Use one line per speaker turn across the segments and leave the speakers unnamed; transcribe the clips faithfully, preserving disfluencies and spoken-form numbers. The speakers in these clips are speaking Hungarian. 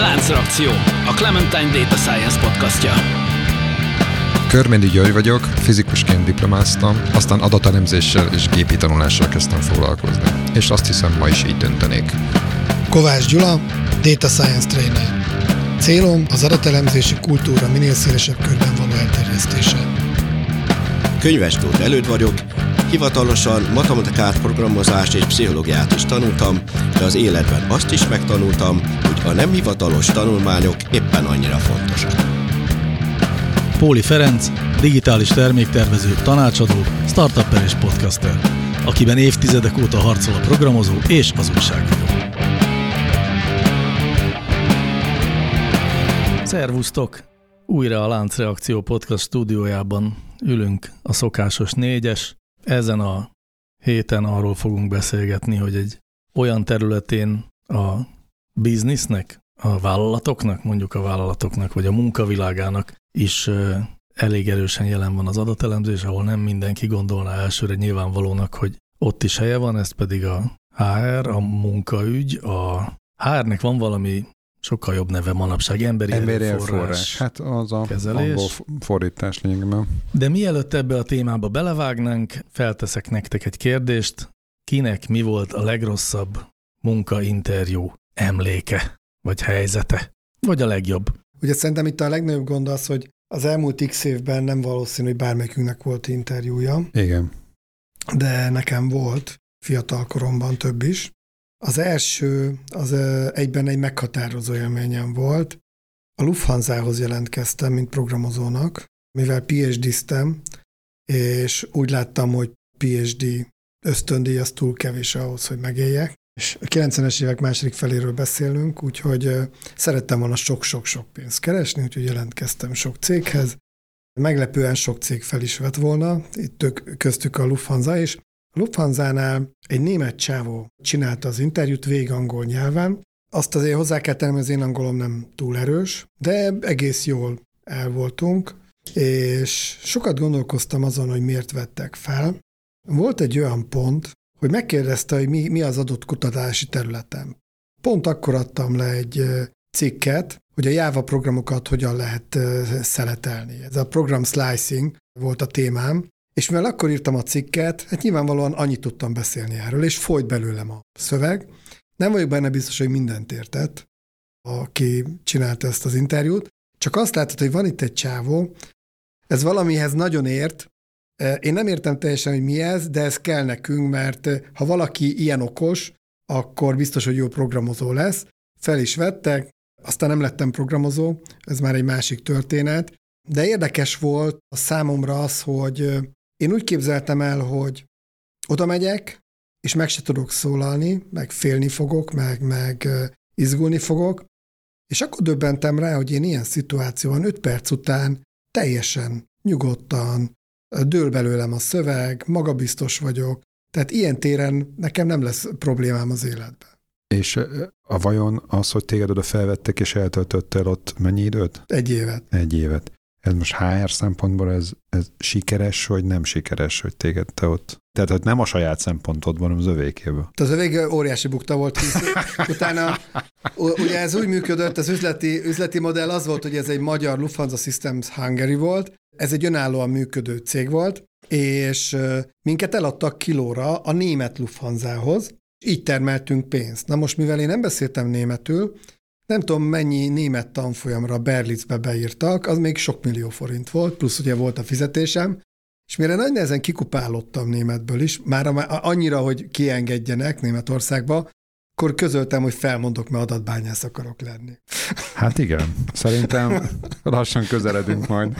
Láncreakció, a Clementine Data Science podcastja.
Körméndi György vagyok, fizikusként diplomáztam, aztán adatelemzéssel és gépi tanulással kezdtem foglalkozni. És azt hiszem, ma is így döntenék.
Kovács Gyula, Data Science Trainer. Célom az adatelemzési kultúra minél szélesebb körben való elterjesztése.
Könyves Tóth Előd vagyok, hivatalosan matematikát, programozást és pszichológiát is tanultam, de az életben azt is megtanultam, hogy a nem hivatalos tanulmányok éppen annyira fontosak.
Póli Ferenc, digitális terméktervező, tanácsadó, startupper és podcaster, akiben évtizedek óta harcol a programozó és az újságíró. Szervusztok! Újra a Láncreakció podcast stúdiójában ülünk, a szokásos négyes. Ezen a héten arról fogunk beszélgetni, hogy egy olyan területén a biznisznek, a vállalatoknak, mondjuk a vállalatoknak, vagy a munkavilágának is elég erősen jelen van az adatelemzés, ahol nem mindenki gondolná elsőre nyilvánvalónak, hogy ott is helye van, ez pedig a há er, a munkaügy. A há ernek van valami sokkal jobb neve manapság, emberi, emberi erőforrás.
Hát az a
kezelés.
Angol fordítás lényegében.
De mielőtt ebbe a témába belevágnánk, felteszek nektek egy kérdést. Kinek mi volt a legrosszabb munkainterjú emléke, vagy helyzete, vagy a legjobb?
Ugye szerintem itt a legnagyobb gond az, hogy az elmúlt x évben nem valószínű, hogy bármelyikünknek volt interjúja.
Igen.
De nekem volt fiatal koromban több is. Az első, az egyben egy meghatározó élményem volt. A Lufthansához jelentkeztem, mint programozónak, mivel pé há dé-ztem, és úgy láttam, hogy pé há dé ösztöndíj az túl kevés ahhoz, hogy megéljek. És a kilencvenes évek második feléről beszélünk, úgyhogy szerettem volna sok-sok-sok pénzt keresni, úgyhogy jelentkeztem sok céghez. Meglepően sok cég fel is vett volna, itt tök, köztük a Lufthansa is. A Lufthansánál egy német csávó csinálta az interjút végig angol nyelven. Azt azért hozzá kell tennem, az én angolom nem túl erős, de egész jól el voltunk, és sokat gondolkoztam azon, hogy miért vettek fel. Volt egy olyan pont, hogy megkérdezte, hogy mi, mi az adott kutatási területem. Pont akkor adtam le egy cikket, hogy a Java programokat hogyan lehet szeletelni. Ez a program slicing volt a témám, és mivel akkor írtam a cikket, hát nyilvánvalóan annyit tudtam beszélni erről, és folyt belőlem a szöveg. Nem vagyok benne biztos, hogy mindent értett, aki csinálta ezt az interjút, csak azt látod, hogy van itt egy csávó, ez valamihez nagyon ért. Én nem értem teljesen, hogy mi ez, de ez kell nekünk, mert ha valaki ilyen okos, akkor biztos, hogy jó programozó lesz. Fel is vettek, aztán nem lettem programozó, ez már egy másik történet, de érdekes volt a számomra az, hogy én úgy képzeltem el, hogy oda megyek, és meg se tudok szólalni, meg félni fogok, meg, meg izgulni fogok, és akkor döbbentem rá, hogy én ilyen szituációban öt perc után teljesen nyugodtan dől belőlem a szöveg, magabiztos vagyok, tehát ilyen téren nekem nem lesz problémám az életben.
És a vajon az, hogy téged oda felvettek és eltöltöttél ott mennyi időt?
Egy évet.
Egy évet. Ez most há er szempontból ez, ez sikeres, vagy nem sikeres, hogy téged te ott... Tehát, hogy nem a saját szempontodban, hanem az övékéből.
Az övék óriási bukta volt. Utána ugye ez úgy működött, az üzleti, üzleti modell az volt, hogy ez egy magyar Lufthansa Systems Hungary volt, ez egy önállóan működő cég volt, és minket eladtak kilóra a német Lufthansához, és így termeltünk pénzt. Na most, mivel én nem beszéltem németül, nem tudom, mennyi német tanfolyamra Berlitzbe beírtak, az még sok millió forint volt, plusz ugye volt a fizetésem, és mire nagy nehezen kikupálottam németből is, már annyira, hogy kiengedjenek Németországba, akkor közöltem, hogy felmondok, mert adatbányász akarok lenni.
Hát igen, szerintem lassan közeledünk majd.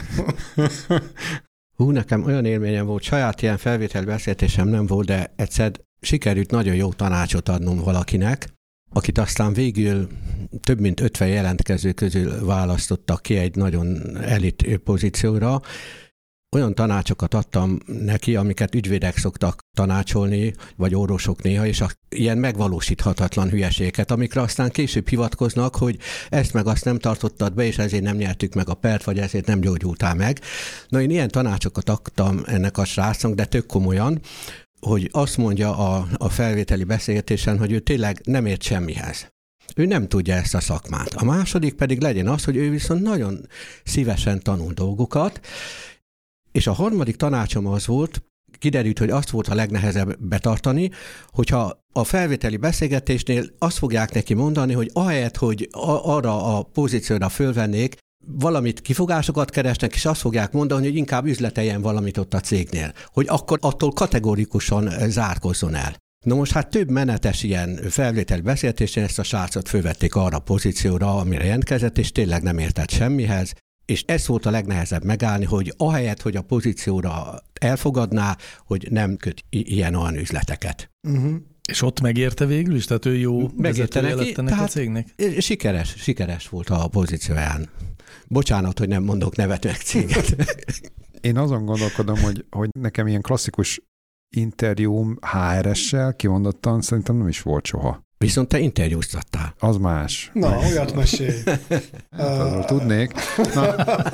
Hú, nekem olyan élményem volt, saját ilyen felvételi beszélgetésem nem volt, de egyszer sikerült nagyon jó tanácsot adnom valakinek, akit aztán végül több mint ötven jelentkező közül választottak ki egy nagyon elit pozícióra. Olyan tanácsokat adtam neki, amiket ügyvédek szoktak tanácsolni, vagy orvosok néha, és a, ilyen megvalósíthatatlan hülyeséget, amikre aztán később hivatkoznak, hogy ezt meg azt nem tartottad be, és ezért nem nyertük meg a pert, vagy ezért nem gyógyultál meg. Na, én ilyen tanácsokat adtam ennek a srácnak, de tök komolyan, hogy azt mondja a, a felvételi beszélgetésen, hogy ő tényleg nem ért semmihez. Ő nem tudja ezt a szakmát. A második pedig legyen az, hogy ő viszont nagyon szívesen tanul dolgokat, és a harmadik tanácsom az volt, kiderült, hogy azt volt a legnehezebb betartani, hogyha a felvételi beszélgetésnél azt fogják neki mondani, hogy ahelyett, hogy arra a pozícióra fölvennék, valamit kifogásokat keresnek, és azt fogják mondani, hogy inkább üzleteljen valamit ott a cégnél, hogy akkor attól kategorikusan zárkozzon el. Na most hát több menetes ilyen felvételi beszélgetésén ezt a srácot fölvették arra a pozícióra, amire jelentkezett, és tényleg nem értett semmihez, és ez volt a legnehezebb megállni, hogy ahelyett, hogy a pozícióra elfogadná, hogy nem köt ilyen-olyan üzleteket.
Uh-huh.
És ott megérte végül is? Tehát ő jó vezetője lett ennek a cégnek?
Sikeres, sikeres volt a pozícióján. Bocsánat, hogy nem mondok nevet meg céget.
Én azon gondolkodom, hogy, hogy nekem ilyen klasszikus interjúm há er essel kimondottan szerintem nem is volt soha.
Viszont te interjúztattál.
Az más.
Na, más. Olyat mesélj.
Hát, arról tudnék. Na.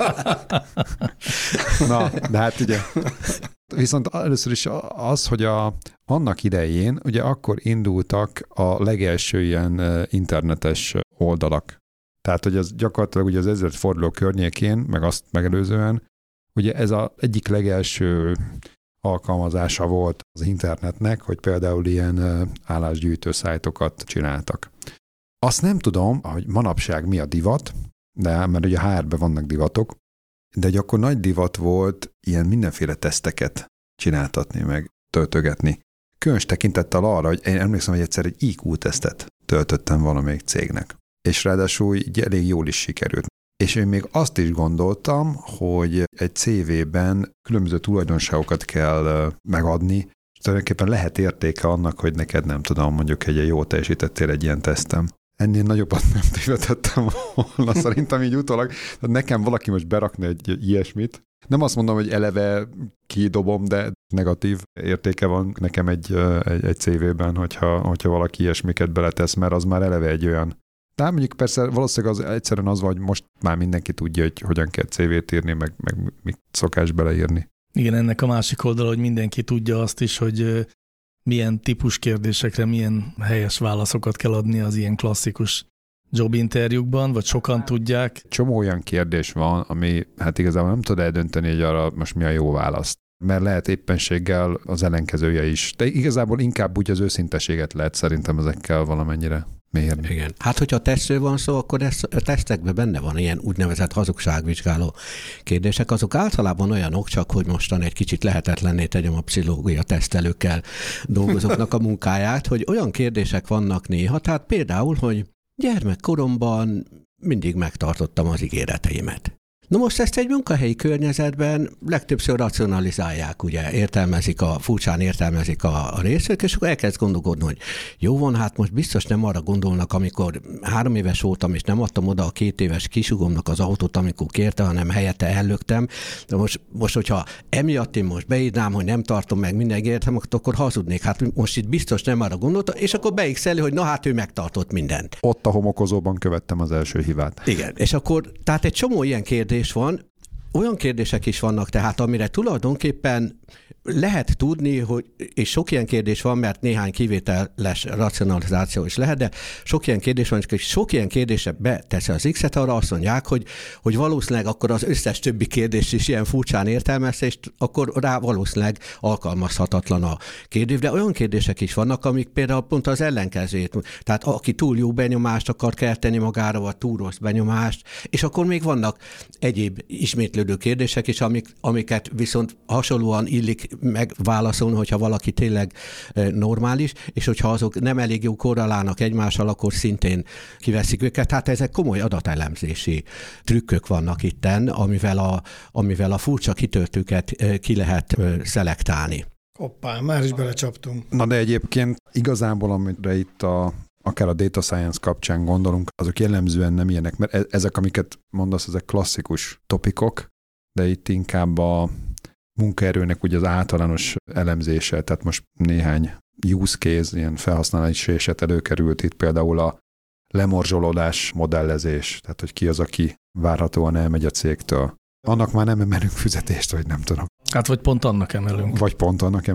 Na, de hát ugye, viszont először is az, hogy a, annak idején, ugye akkor indultak a legelső ilyen internetes oldalak. Tehát, hogy az gyakorlatilag ugye az ezredforduló környékén, meg azt megelőzően, ugye ez az egyik legelső alkalmazása volt az internetnek, hogy például ilyen állásgyűjtő szájtokat csináltak. Azt nem tudom, hogy manapság mi a divat, de mert ugye há er-ben vannak divatok, de akkor nagy divat volt ilyen mindenféle teszteket csináltatni, meg töltögetni. Különös tekintettel arra, hogy én emlékszem, hogy egyszer egy í kú-tesztet töltöttem valamelyik cégnek. És ráadásul így elég jól is sikerült. És én még azt is gondoltam, hogy egy cé vé-ben különböző tulajdonságokat kell megadni, és tulajdonképpen lehet értéke annak, hogy neked nem tudom, mondjuk egy jó teljesítettél egy ilyen tesztem. Ennél nagyobbat nem tévedhettem volna, szerintem így utólag. Tehát nekem valaki most berakna egy ilyesmit. Nem azt mondom, hogy eleve kidobom, de negatív értéke van nekem egy, egy, egy cé vé-ben, hogyha, hogyha valaki ilyesmiket beletesz, mert az már eleve egy olyan. De mondjuk persze valószínűleg az, egyszerűen az van, hogy most már mindenki tudja, hogy hogyan kell cé vét írni, meg, meg mit szokás beleírni. Igen,
ennek a másik oldala, hogy mindenki tudja azt is, hogy milyen típus kérdésekre milyen helyes válaszokat kell adni az ilyen klasszikus jobinterjúkban, vagy sokan tudják.
Csomó olyan kérdés van, ami hát igazából nem tud eldönteni, hogy arra most mi a jó válasz. Mert lehet éppenséggel az ellenkezője is. De igazából inkább úgy az őszinteséget lehet szerintem ezekkel valamennyire mérni.
Igen. Hát, hogyha tesztről van szó, akkor ez, a tesztekben benne van ilyen úgynevezett hazugságvizsgáló kérdések. Azok általában olyanok, csak hogy mostan egy kicsit lehetetlenné tegyem a pszichológia tesztelőkkel dolgozóknak a munkáját, hogy olyan kérdések vannak néha, tehát például, hogy gyermekkoromban mindig megtartottam az ígéreteimet. Na most ezt egy munkahelyi környezetben legtöbbször racionalizálják, ugye, értelmezik a, furcsán értelmezik a, a részek, és akkor elkezd gondolkodni, hogy jó van, hát most biztos nem arra gondolnak, amikor három éves voltam, és nem adtam oda a két éves kisugomnak az autót, amikor kérte, hanem helyette ellöktem. De most, most hogyha emiatt én most beírnám, hogy nem tartom meg minden értem, akkor hazudnék. Hát most itt biztos nem arra gondolta, és akkor beixeli, hogy na hát ő megtartott mindent.
Ott a homokozóban követtem az első hibát.
Igen, és akkor, tehát egy csomó ilyen kérdés van, olyan kérdések is vannak tehát, amire tulajdonképpen lehet tudni, hogy, és sok ilyen kérdés van, mert néhány kivételes racionalizáció is lehet, de sok ilyen kérdés van, és sok ilyen kérdésre beteszi az X-et, arra azt mondják, hogy, hogy valószínűleg akkor az összes többi kérdés is ilyen furcsán értelmezést, akkor rá valószínűleg alkalmazhatatlan a kérdés, de olyan kérdések is vannak, amik például pont az ellenkezőjét, tehát aki túl jó benyomást akar kelteni magára, vagy túl rossz benyomást, és akkor még vannak egyéb ismétlődő kérdések is, amik, amiket viszont hasonlóan illik megválaszolni, hogyha valaki tényleg normális, és hogyha azok nem elég jó korrelálnak egymással, akkor szintén kiveszik őket. Hát ezek komoly adatelemzési trükkök vannak itten, amivel a, amivel a furcsa kitöltőket ki lehet szelektálni.
Hoppá, már is belecsaptunk.
Na de egyébként igazából, amire itt a akár a data science kapcsán gondolunk, azok jellemzően nem ilyenek, mert ezek, amiket mondasz, ezek klasszikus topikok, de itt inkább a munkaerőnek ugye az általános elemzése, tehát most néhány use case, ilyen felhasználási eset előkerült itt, például a lemorzsolódás modellezés, tehát hogy ki az, aki várhatóan elmegy a cégtől. Annak már nem emelünk fizetést, vagy nem tudom.
Hát vagy pont annak emelünk.
Vagy pont annak emelünk.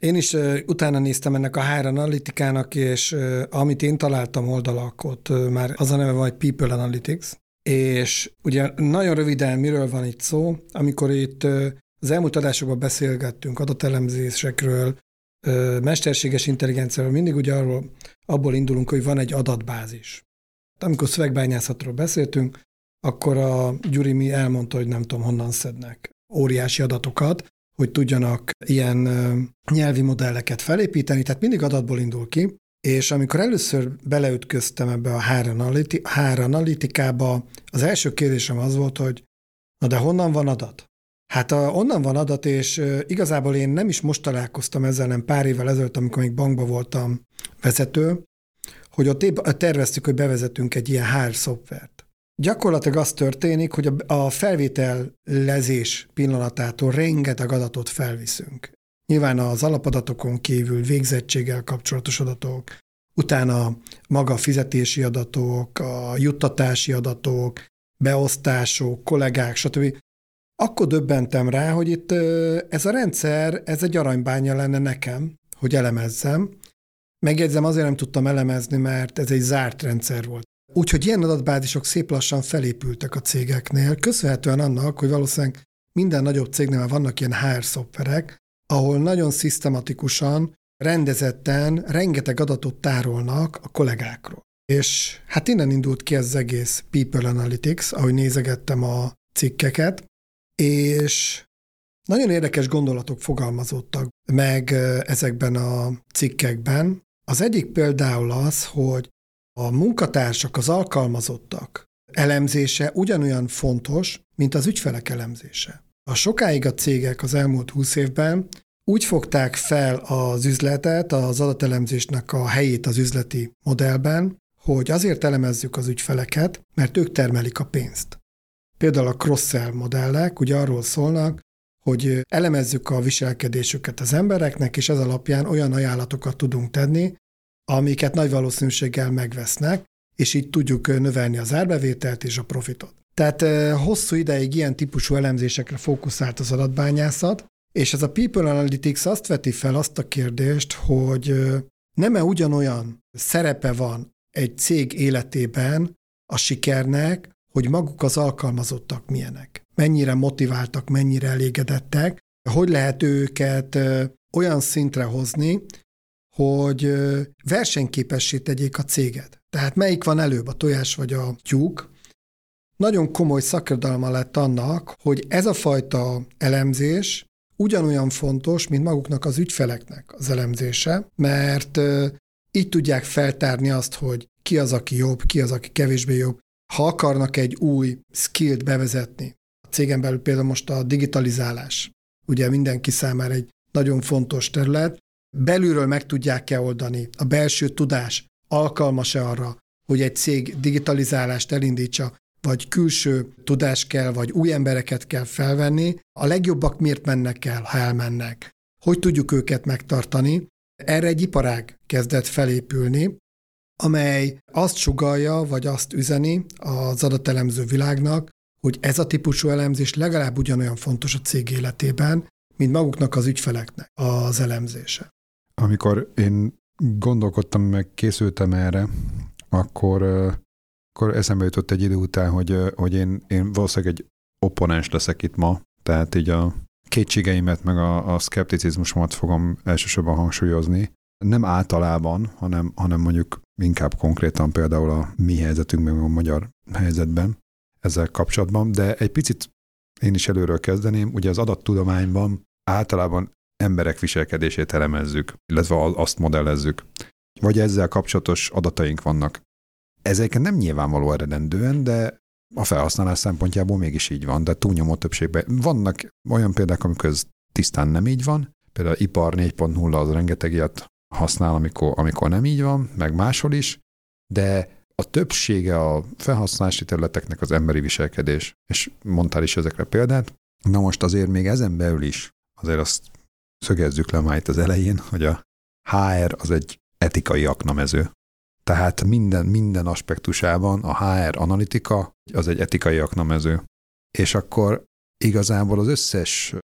Én is uh, utána néztem ennek a há er analitikának, és uh, amit én találtam oldalak, ott uh, már az a neve van, hogy People Analytics, és ugye nagyon röviden miről van itt szó, amikor itt uh, az elmúlt adásokban beszélgettünk adatelemzésekről, uh, mesterséges intelligenciáról, mindig ugye arról, abból indulunk, hogy van egy adatbázis. Amikor szövegbányászatról beszéltünk, akkor a Gyuri mi elmondta, hogy nem tudom, honnan szednek óriási adatokat, hogy tudjanak ilyen nyelvi modelleket felépíteni, tehát mindig adatból indul ki, és amikor először beleütköztem ebbe a há er analitikába, az első kérdésem az volt, hogy na de honnan van adat? Hát a, onnan van adat, és igazából én nem is most találkoztam ezzel, nem pár évvel ezelőtt, amikor még bankban voltam vezető, hogy ott épp terveztük, hogy bevezetünk egy ilyen há er szoftvert. Gyakorlatilag az történik, hogy a felvételezés pillanatától rengeteg adatot felviszünk. Nyilván az alapadatokon kívül végzettséggel kapcsolatos adatok, utána maga a fizetési adatok, a juttatási adatok, beosztások, kollégák, stb. Akkor döbbentem rá, hogy itt ez a rendszer, ez egy aranybánya lenne nekem, hogy elemezzem. Megjegyzem, azért nem tudtam elemezni, mert ez egy zárt rendszer volt. Úgyhogy ilyen adatbázisok szép lassan felépültek a cégeknél, köszönhetően annak, hogy valószínűleg minden nagyobb cégnél vannak ilyen há er szoftverek, ahol nagyon szisztematikusan, rendezetten rengeteg adatot tárolnak a kollégákról. És hát innen indult ki ez az egész People Analytics, ahogy nézegettem a cikkeket, és nagyon érdekes gondolatok fogalmazódtak meg ezekben a cikkekben. Az egyik például az, hogy a munkatársak, az alkalmazottak elemzése ugyanolyan fontos, mint az ügyfelek elemzése. A sokáig a cégek az elmúlt húsz évben úgy fogták fel az üzletet, az adatelemzésnek a helyét az üzleti modellben, hogy azért elemezzük az ügyfeleket, mert ők termelik a pénzt. Például a cross-sell modellek ugye arról szólnak, hogy elemezzük a viselkedésüket az embereknek, és ez alapján olyan ajánlatokat tudunk tenni, amiket nagy valószínűséggel megvesznek, és így tudjuk növelni az árbevételt és a profitot. Tehát hosszú ideig ilyen típusú elemzésekre fókuszált az adatbányászat, és ez a People Analytics azt veti fel azt a kérdést, hogy nem-e ugyanolyan szerepe van egy cég életében a sikernek, hogy maguk az alkalmazottak milyenek. Mennyire motiváltak, mennyire elégedettek, hogy lehet őket olyan szintre hozni, hogy versenyképessé tegyék a céget. Tehát melyik van előbb, a tojás vagy a tyúk? Nagyon komoly szakirodalma lett annak, hogy ez a fajta elemzés ugyanolyan fontos, mint maguknak az ügyfeleknek az elemzése, mert így tudják feltárni azt, hogy ki az, aki jobb, ki az, aki kevésbé jobb. Ha akarnak egy új skillt bevezetni, a cégen belül például most a digitalizálás, ugye mindenki számára egy nagyon fontos terület, belülről meg tudják-e oldani, a belső tudás alkalmas-e arra, hogy egy cég digitalizálást elindítsa, vagy külső tudás kell, vagy új embereket kell felvenni, a legjobbak miért mennek el, ha elmennek? Hogy tudjuk őket megtartani? Erre egy iparág kezdett felépülni, amely azt sugallja, vagy azt üzeni az adatelemző világnak, hogy ez a típusú elemzés legalább ugyanolyan fontos a cég életében, mint maguknak az ügyfeleknek az elemzése.
Amikor én gondolkodtam, meg készültem erre, akkor, akkor eszembe jutott egy idő után, hogy, hogy én, én valószínűleg egy opponens leszek itt ma, tehát így a kétségeimet, meg a, a szkepticizmusomat fogom elsősorban hangsúlyozni. Nem általában, hanem, hanem mondjuk inkább konkrétan például a mi helyzetünkben, a magyar helyzetben ezzel kapcsolatban, de egy picit én is előről kezdeném. Ugye az adattudományban általában emberek viselkedését elemezzük, illetve azt modellezzük. Vagy ezzel kapcsolatos adataink vannak. Ezek nem nyilvánvaló eredendően, de a felhasználás szempontjából mégis így van, de túlnyomó többségben. Vannak olyan példák, amikor ez tisztán nem így van, például ipar négy pont nulla az rengeteg ilyet használ, amikor, amikor nem így van, meg máshol is, de a többsége a felhasználási területeknek az emberi viselkedés, és mondtál is ezekre példát. Na most azért még ezen belül is, azért azt szögezzük le már itt az elején, hogy a há er az egy etikai aknamező. Tehát minden, minden aspektusában a há er analitika az egy etikai aknamező. És akkor igazából az összes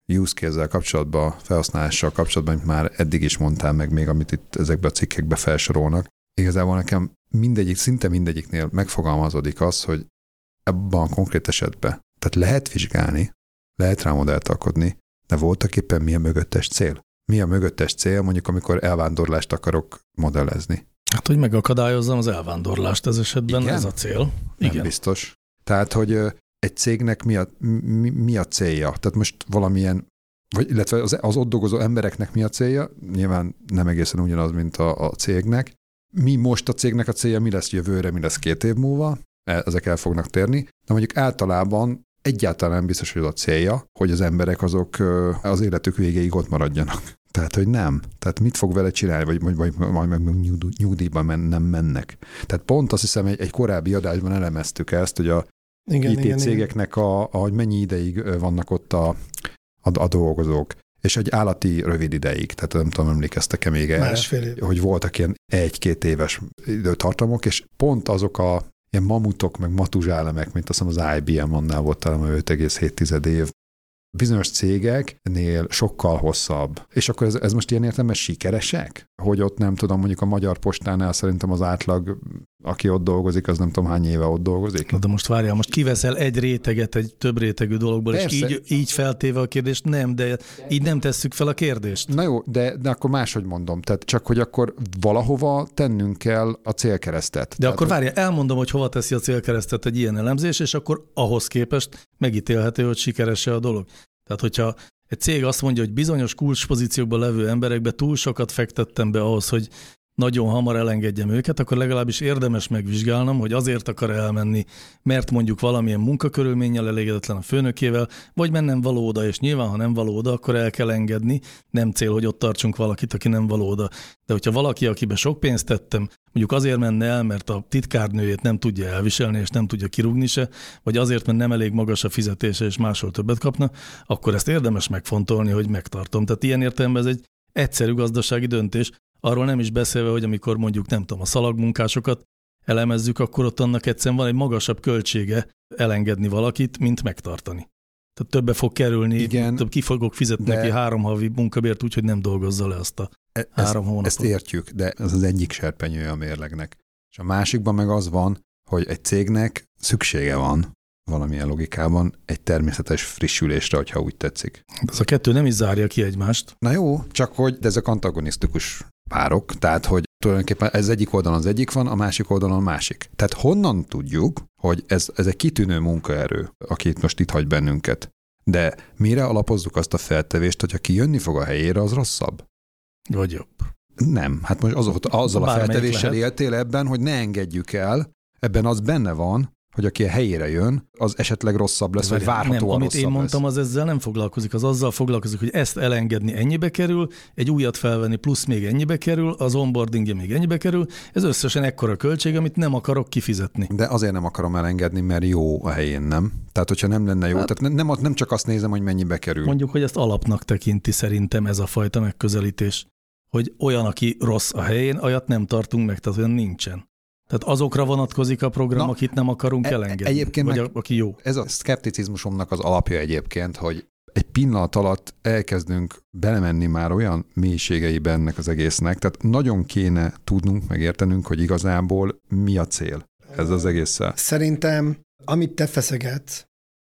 use case-zel kapcsolatban, felhasználással kapcsolatban, amit már eddig is mondtál meg, még amit itt ezekben a cikkekben felsorolnak. Igazából nekem mindegyik, szinte mindegyiknél megfogalmazódik az, hogy ebben a konkrét esetben, tehát lehet vizsgálni, lehet rá modellt alkotni, de voltak éppen mi a mögöttes cél? Mi a mögöttes cél, mondjuk amikor elvándorlást akarok modellezni?
Hát, hogy megakadályozzam az elvándorlást ez esetben,
Igen?
Ez a cél.
Nem
Igen.
biztos. Tehát, hogy egy cégnek mi a, mi, mi a célja? Tehát most valamilyen, vagy, illetve az, az ott dolgozó embereknek mi a célja? Nyilván nem egészen ugyanaz, mint a, a cégnek. Mi most a cégnek a célja, mi lesz jövőre, mi lesz két év múlva? Ezek el fognak térni. De mondjuk általában egyáltalán nem biztos, hogy az a célja, hogy az emberek azok az életük végéig ott maradjanak. Tehát, hogy nem. Tehát mit fog vele csinálni, vagy, vagy, vagy majd meg nyugdíjban men, nem mennek. Tehát pont azt hiszem, egy, egy korábbi adásban elemeztük ezt, hogy a igen, i té igen, cégeknek, a, a, hogy mennyi ideig vannak ott a, a, a dolgozók, és egy állati rövid ideig, tehát nem tudom, emlékeztek-e még erre, hogy voltak ilyen egy-két éves időtartamok, és pont azok a ilyen mamutok, meg matuzsálemek, mint azt hiszem az i bé em, annál volt talán öt egész hét év, bizonyos cégeknél sokkal hosszabb. És akkor ez, ez most ilyen értelemben sikeresek? Hogy ott nem tudom, mondjuk a Magyar Postánál szerintem az átlag, aki ott dolgozik, az nem tudom hány éve ott dolgozik.
Na de most várjál, most kiveszel egy réteget egy több rétegű dologból, persze. És így, így feltéve a kérdést, nem, de így nem tesszük fel a kérdést.
Na jó, de, de akkor máshogy mondom, tehát csak, hogy akkor valahova tennünk kell a célkeresztet.
De
tehát,
akkor
hogy...
várjál, elmondom, hogy hova teszi a célkeresztet egy ilyen elemzés, és akkor ahhoz képest megítélhető, hogy sikeres-e a dolog. Tehát, hogyha egy cég azt mondja, hogy bizonyos kulcspozíciókban levő emberekbe túl sokat fektettem be ahhoz, hogy nagyon hamar elengedjem őket, akkor legalábbis érdemes megvizsgálnom, hogy azért akar elmenni, mert mondjuk valamilyen munkakörülménnyel elégedetlen a főnökével, vagy mennem való oda, és nyilván, ha nem való oda, akkor el kell engedni. Nem cél, hogy ott tartsunk valakit, aki nem való oda. De hogyha valaki, akibe sok pénzt tettem, mondjuk azért menne el, mert a titkárnőjét nem tudja elviselni, és nem tudja kirúgni se, vagy azért, mert nem elég magas a fizetése, és máshol többet kapna, akkor ezt érdemes megfontolni, hogy megtartom. Tehát ilyen értelemben ez egy egyszerű gazdasági döntés. Arról nem is beszélve, hogy amikor mondjuk nem tudom, a szalagmunkásokat elemezzük, akkor ott annak egyszerűen van egy magasabb költsége elengedni valakit, mint megtartani. Tehát többe fog kerülni,
igen,
több ki fogok fizetni neki három havi munkabért, úgyhogy nem dolgozza le azt a ezt, három hónapot.
Ezt értjük, de ez az egyik serpenyője a mérlegnek. És a másikban meg az van, hogy egy cégnek szüksége van valamilyen logikában egy természetes frissülésre, hogyha úgy tetszik.
Ez a kettő nem is zárja ki egymást.
Na jó, csak hogy de ezek antagonisztikus párok, tehát hogy tulajdonképpen ez egyik oldalon az egyik van, a másik oldalon a másik. Tehát honnan tudjuk, hogy ez, ez egy kitűnő munkaerő, aki itt most itt hagy bennünket. De mire alapozzuk azt a feltevést, hogy aki jönni fog a helyére, az rosszabb?
Vagy jobb.
Nem, hát most az, azzal a
Bármelyik
feltevéssel
lehet.
éltél ebben, hogy ne engedjük el, ebben az benne van, hogy aki a helyére jön, az esetleg rosszabb lesz, vagy várhatóan
nem, amit
rosszabb
én mondtam,
lesz.
az ezzel nem foglalkozik, az azzal foglalkozik, hogy ezt elengedni ennyibe kerül, egy újat felvenni plusz még ennyibe kerül, az onboardingja még ennyibe kerül, ez összesen ekkora költség, amit nem akarok kifizetni.
De azért nem akarom elengedni, mert jó a helyén, nem? Tehát, hogyha nem lenne jó, hát, tehát nem, nem csak azt nézem, hogy mennyibe kerül.
Mondjuk, hogy ezt alapnak tekinti szerintem ez a fajta megközelítés, hogy olyan, aki rossz a helyén, olyat nem tartunk meg, tehát olyan nincsen. Tehát azokra vonatkozik a program, Na, akit nem akarunk elengedni, egyébként vagy a, aki jó.
Ez a szkepticizmusomnak az alapja egyébként, hogy egy pillanat alatt elkezdünk belemenni már olyan mélységeibe ennek az egésznek, tehát nagyon kéne tudnunk, megértenünk, hogy igazából mi a cél ez az egésszel.
Szerintem, amit te feszegetsz,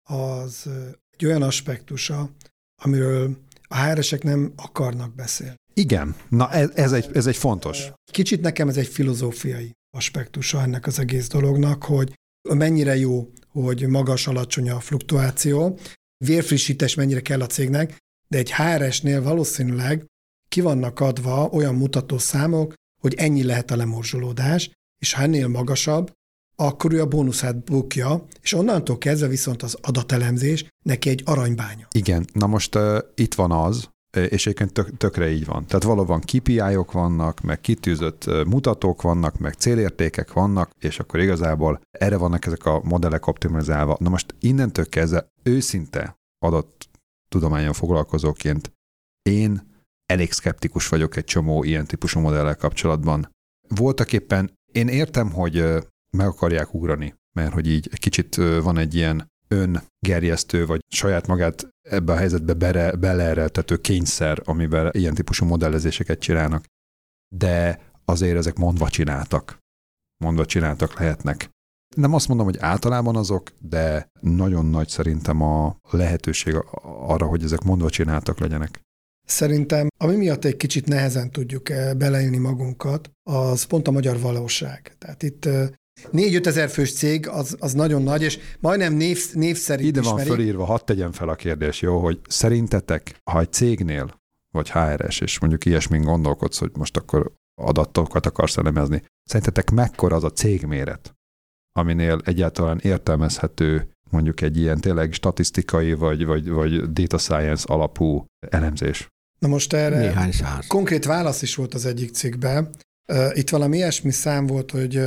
az egy olyan aspektusa, amiről a há er esek nem akarnak beszélni.
Igen, na ez, ez, egy, ez egy fontos.
Kicsit nekem ez egy filozófiai aspektusa ennek az egész dolognak, hogy mennyire jó, hogy magas-alacsony a fluktuáció, vérfrissítés mennyire kell a cégnek, de egy há er esnél valószínűleg ki vannak adva olyan mutatószámok, hogy ennyi lehet a lemorzsolódás, és ha ennél magasabb, akkor ő a bónuszát bukja, és onnantól kezdve viszont az adatelemzés neki egy aranybánya.
Igen, na most uh, itt van az, és egyébként tök, tökre így van. Tehát valóban ká pé í-ok vannak, meg kitűzött mutatók vannak, meg célértékek vannak, és akkor igazából erre vannak ezek a modellek optimalizálva. Na most innentől kezdve őszinte adott tudományon foglalkozóként én elég szkeptikus vagyok egy csomó ilyen típusú modellel kapcsolatban. Voltak éppen, én értem, hogy meg akarják ugrani, mert hogy így egy kicsit van egy ilyen öngerjesztő, vagy saját magát ebbe a helyzetbe bere, beleerőltető kényszer, amiben ilyen típusú modellezéseket csinálnak. De azért ezek mondva csináltak. Mondva csináltak lehetnek. Nem azt mondom, hogy általában azok, de nagyon nagy szerintem a lehetőség arra, hogy ezek mondva csináltak legyenek.
Szerintem, ami miatt egy kicsit nehezen tudjuk beleélni magunkat, az pont a magyar valóság. Tehát itt négy-öt ezer fős cég az, az nagyon nagy, és majdnem név, név szerint
Ide van
ismerik.
fölírva, hadd tegyem fel a kérdés, jó, hogy szerintetek, ha egy cégnél, vagy há er es, és mondjuk ilyesmin gondolkodsz, hogy most akkor adatokat akarsz elemezni, szerintetek mekkora az a cégméret, aminél egyáltalán értelmezhető mondjuk egy ilyen tényleg statisztikai vagy, vagy, vagy data science alapú elemzés?
Na most erre
Néhány száz.
konkrét válasz is volt az egyik cikkben. Itt valami ilyesmi szám volt, hogy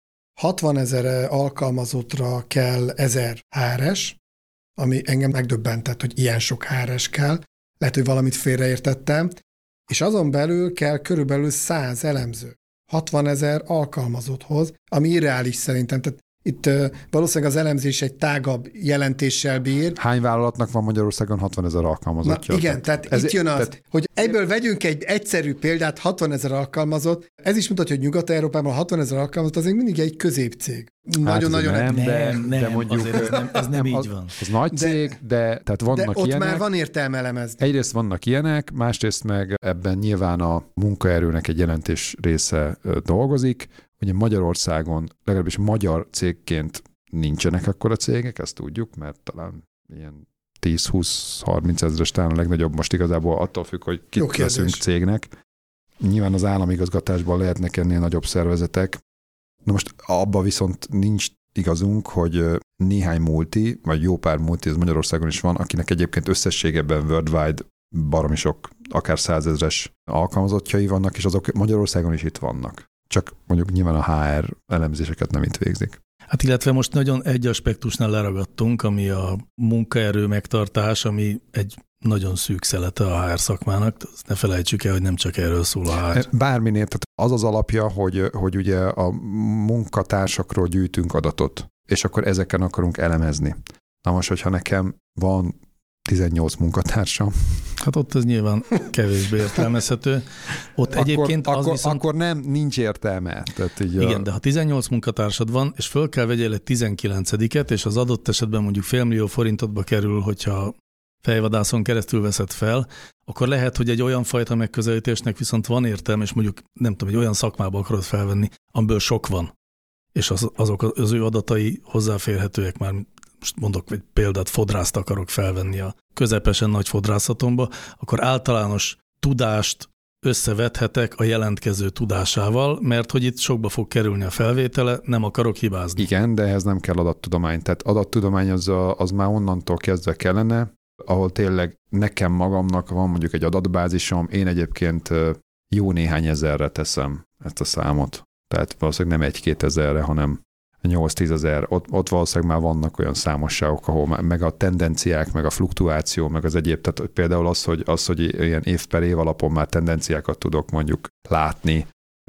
hatvanezer alkalmazottra kell ezer há er es, ami engem megdöbbentett, hogy ilyen sok há er es kell. Lehet, hogy valamit félreértettem. És azon belül kell körülbelül száz elemző. hatvanezer alkalmazotthoz, ami irreális szerintem. Tehát itt uh, valószínűleg az elemzés egy tágabb jelentéssel bír.
Hány vállalatnak van Magyarországon hatvanezer alkalmazottja?
Na, igen, tehát
ez,
itt jön az,
tehát,
hogy egyből vegyünk egy egyszerű példát, hatvanezer alkalmazott. Ez is mutatja, hogy Nyugat-Európában hatvanezer alkalmazott, az még mindig egy középcég. Nagyon-nagyon
hát nem, de,
nem,
de
nem,
mondjuk,
azért ez nem, ez nem így
az,
van.
Az nagy cég, de, de tehát vannak
de ott
ilyenek.
már van értelme elemezni.
Egyrészt vannak ilyenek, másrészt meg ebben nyilván a munkaerőnek egy jelentős része dolgozik. Ugye Magyarországon, legalábbis magyar cégként nincsenek akkora cégek, ezt tudjuk, mert talán ilyen tíz-húsz-harminc ezres talán a legnagyobb, most igazából attól függ, hogy kit veszünk cégnek. Nyilván az államigazgatásban lehetnek ennél nagyobb szervezetek. Na most abba viszont nincs igazunk, hogy néhány multi, vagy jó pár multi, ez Magyarországon is van, akinek egyébként összességében worldwide baromi sok, akár százezres alkalmazottjai vannak, és azok Magyarországon is itt vannak. Csak mondjuk nyilván a há er elemzéseket nem itt végzik.
Hát illetve most nagyon egy aspektusnál leragadtunk, ami a munkaerő megtartás, ami egy nagyon szűk szelete a há er szakmának. Ne felejtsük el, hogy nem csak erről szól a há er.
Bárminél, tehát az az alapja, hogy, hogy ugye a munkatársakról gyűjtünk adatot, és akkor ezeken akarunk elemezni. Na most, hogyha nekem van tizennyolc munkatársam.
Hát ott ez nyilván kevésbé értelmezhető. Ott
akkor,
egyébként az
akkor,
viszont...
akkor nem, nincs értelme. Tehát így
igen,
a...
de ha tizennyolc munkatársad van, és föl kell vegyél egy tizenkilencediket, és az adott esetben mondjuk félmillió forintotba kerül, hogyha fejvadászon keresztül veszed fel, akkor lehet, hogy egy olyan fajta megközelítésnek viszont van értelme, és mondjuk nem tudom, egy olyan szakmába akarod felvenni, amiből sok van, és az, azok az ő adatai hozzáférhetőek már. Most mondok egy példát, fodrászt akarok felvenni a közepesen nagy fodrászatomba, akkor általános tudást összevethetek a jelentkező tudásával, mert hogy itt sokba fog kerülni a felvétele, nem akarok hibázni.
Igen, de ehhez nem kell adattudomány. Tehát adattudomány az, az már onnantól kezdve kellene, ahol tényleg nekem magamnak van mondjuk egy adatbázisom, én egyébként jó néhány ezerre teszem ezt a számot. Tehát valószínűleg nem egy-két ezerre, hanem nyolc-tízezer, ott, ott valószínűleg már vannak olyan számosságok, ahol már, meg a tendenciák, meg a fluktuáció, meg az egyéb, tehát például az, hogy, az, hogy ilyen év per év alapon már tendenciákat tudok mondjuk látni.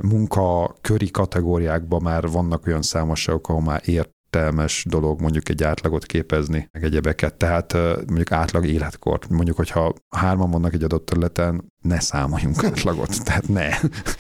Munkaköri kategóriákban már vannak olyan számosságok, ahol már értelmes dolog mondjuk egy átlagot képezni, meg egyebeket. Tehát mondjuk átlag életkor. Mondjuk, hogyha hárman vannak egy adott területen, ne számoljunk átlagot, tehát ne.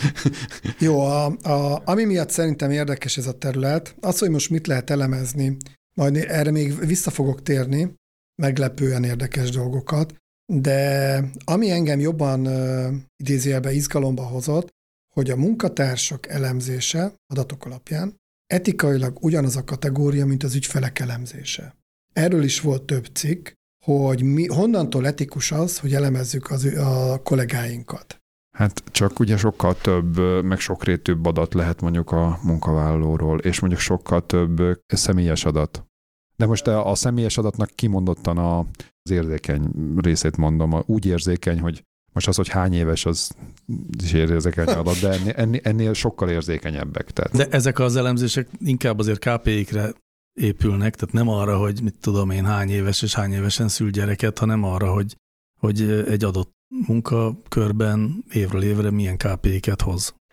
Jó, a, a, ami miatt szerintem érdekes ez a terület, az, hogy most mit lehet elemezni, majd erre még vissza fogok térni, meglepően érdekes dolgokat, de ami engem jobban uh, idézőjelben izgalomba hozott, hogy a munkatársak elemzése adatok alapján etikailag ugyanaz a kategória, mint az ügyfelek elemzése. Erről is volt több cikk, hogy mi, honnantól etikus az, hogy elemezzük az, a kollégáinkat.
Hát csak ugye sokkal több, meg sokrétűbb adat lehet mondjuk a munkavállalóról, és mondjuk sokkal több személyes adat. De most a, a személyes adatnak kimondottan a, az érzékeny részét mondom, úgy érzékeny, hogy most az, hogy hány éves, az is érzékeny adat, de ennél, ennél, ennél sokkal érzékenyebbek. Tehát.
De ezek az elemzések inkább azért ká pé ikre épülnek, tehát nem arra, hogy mit tudom én hány éves és hány évesen szül gyereket, hanem arra, hogy, hogy egy adott munkakörben évről évre milyen ká pé iket hoz.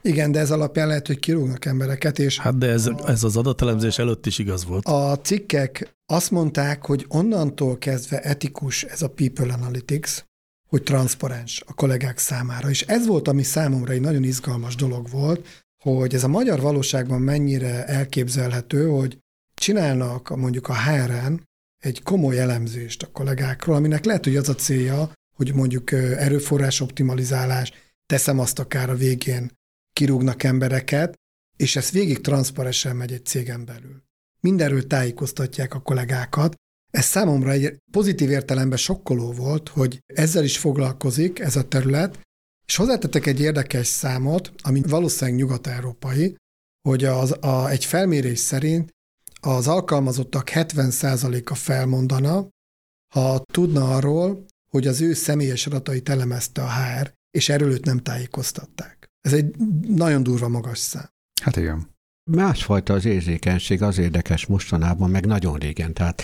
Igen, de ez alapján lehet, hogy kirúgnak embereket, és...
Hát de ez, ez az adatelemzés előtt is igaz volt.
A cikkek azt mondták, hogy onnantól kezdve etikus ez a People Analytics, hogy transzparens a kollégák számára. És ez volt, ami számomra egy nagyon izgalmas dolog volt, hogy ez a magyar valóságban mennyire elképzelhető, hogy csinálnak mondjuk a há er-en egy komoly elemzést a kollégákról, aminek lehet, hogy az a célja, hogy mondjuk erőforrás optimalizálás, teszem azt akár a végén, kirúgnak embereket, és ez végig transzparensen megy egy cégen belül. Mindenről tájékoztatják a kollégákat. Ez számomra egy pozitív értelemben sokkoló volt, hogy ezzel is foglalkozik ez a terület, és hozzátettek egy érdekes számot, ami valószínűleg nyugat-európai, hogy az, a, egy felmérés szerint az alkalmazottak hetven százaléka felmondana, ha tudna arról, hogy az ő személyes adatait elemezte a há er, és erről őt nem tájékoztatták. Ez egy nagyon durva magas szám.
Hát igen.
Másfajta az érzékenység, az érdekes mostanában, meg nagyon régen. Tehát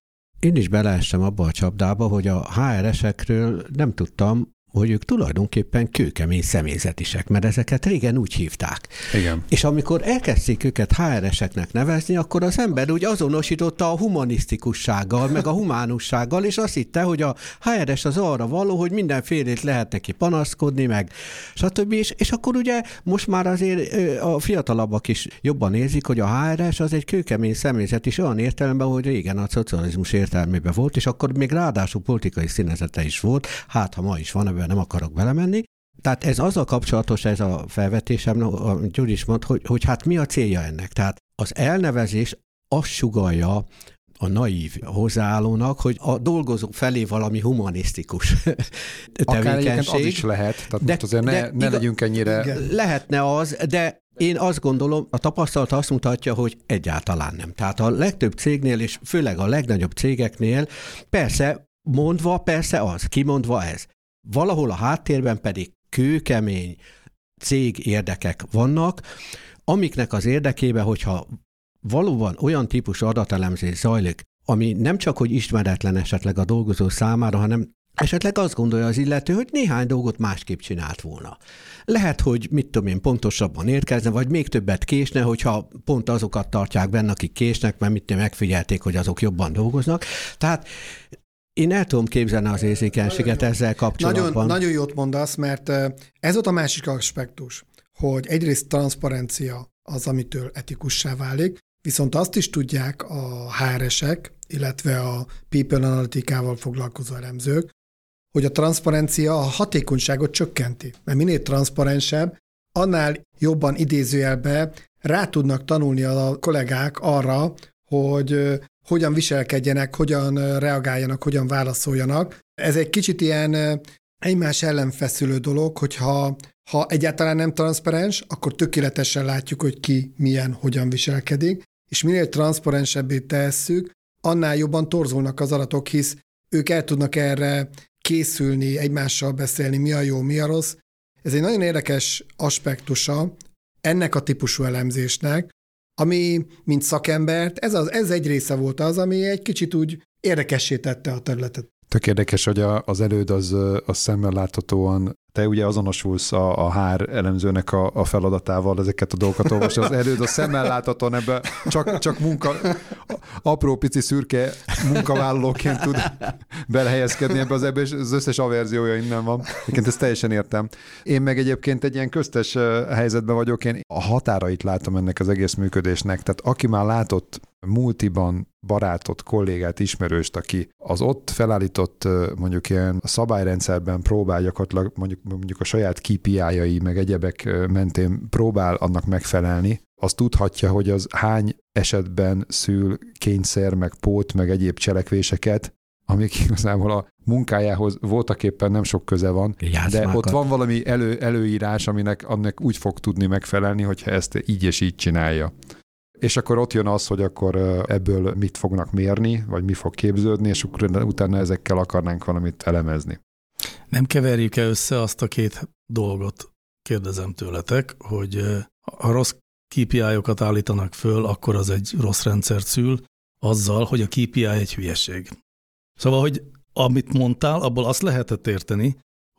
én is beleestem abba a csapdába, hogy a há er-esekről nem tudtam, hogy ők tulajdonképpen kőkemény személyzetisek, mert ezeket régen úgy hívták.
Igen.
És amikor elkezdték őket há er-eseknek nevezni, akkor az ember úgy azonosította a humanisztikussággal, meg a humánussággal, és azt hitte, hogy a há er-es az arra való, hogy mindenfélét lehet neki panaszkodni, meg stb. És, és akkor ugye most már azért a fiatalabbak is jobban érzik, hogy a há er-es az egy kőkemény személyzet is olyan értelemben, hogy régen a szocializmus értelmében volt, és akkor még ráadásul politikai színezete is volt, hát ha ma is van, nem akarok belemenni. Tehát ez azzal kapcsolatos, ez a felvetésem, amit Gyuri is mond, hogy, hogy hát mi a célja ennek. Tehát az elnevezés azt sugallja a naív hozzáállónak, hogy a dolgozó felé valami humanisztikus tevékenység.
Akár az is lehet, tehát
de,
most azért ne,
de,
ne legyünk ennyire...
Igen. Lehetne az, de én azt gondolom, a tapasztalat azt mutatja, hogy egyáltalán nem. Tehát a legtöbb cégnél, és főleg a legnagyobb cégeknél, persze mondva, persze az, kimondva ez. Valahol a háttérben pedig kőkemény cég érdekek vannak, amiknek az érdekében, hogyha valóban olyan típusú adatelemzés zajlik, ami nem csak, hogy ismeretlen esetleg a dolgozó számára, hanem esetleg azt gondolja az illető, hogy néhány dolgot másképp csinált volna. Lehet, hogy mit tudom én, pontosabban érkezne, vagy még többet késne, hogyha pont azokat tartják benne, akik késnek, mert mit megfigyelték, hogy azok jobban dolgoznak. Tehát én el tudom képzelni az érzékenységet ezzel kapcsolatban.
Nagyon, nagyon jót mondasz, mert ez ott a másik aspektus, hogy egyrészt transzparencia az, amitől etikussá válik, viszont azt is tudják a há er-esek, illetve a People Analytikával foglalkozó elemzők, hogy a transzparencia a hatékonyságot csökkenti. Mert minél transzparensebb, annál jobban idézőjelbe rá tudnak tanulni a kollégák arra, hogy hogyan viselkedjenek, hogyan reagáljanak, hogyan válaszoljanak. Ez egy kicsit ilyen egymás ellen feszülő dolog, hogyha ha egyáltalán nem transzparens, akkor tökéletesen látjuk, hogy ki milyen, hogyan viselkedik, és minél transzparensebbé tesszük, annál jobban torzulnak az adatok, hisz ők el tudnak erre készülni, egymással beszélni, mi a jó, mi a rossz. Ez egy nagyon érdekes aspektusa ennek a típusú elemzésnek, ami, mint szakembert, ez, az, ez egy része volt az, ami egy kicsit úgy érdekessé tette a területet.
Tök érdekes, hogy a, az előd az, az szemmel láthatóan, te ugye azonosulsz a, a há er elemzőnek a, a feladatával, ezeket a dolgokat olvasni. Az előd a szemmel láthatóan ebben csak, csak munka, apró pici szürke munkavállalóként tud belehelyezkedni ebbe az ebbe, és az összes averziója innen van. Egyébként ezt teljesen értem. Én meg egyébként egy ilyen köztes helyzetben vagyok, én a határait látom ennek az egész működésnek. Tehát aki már látott multiban barátot, kollégát, ismerőst, aki az ott felállított mondjuk ilyen szabályrendszerben próbál gyakorlatilag mondjuk, mondjuk a saját ká pé í-jai meg egyebek mentén próbál annak megfelelni, az tudhatja, hogy az hány esetben szül kényszer, meg pót, meg egyéb cselekvéseket, amik igazából a munkájához voltaképpen nem sok köze van, Játszmákat. De ott van valami elő, előírás, aminek annak úgy fog tudni megfelelni, hogyha ezt így és így csinálja. És akkor ott jön az, hogy akkor ebből mit fognak mérni, vagy mi fog képződni, és akkor utána ezekkel akarnánk valamit elemezni.
Nem keverjük-e össze azt a két dolgot, kérdezem tőletek, hogy ha rossz ká pé í-okat állítanak föl, akkor az egy rossz rendszert szül, azzal, hogy a ká pé í egy hülyeség. Szóval, hogy amit mondtál, abból azt lehetett érteni,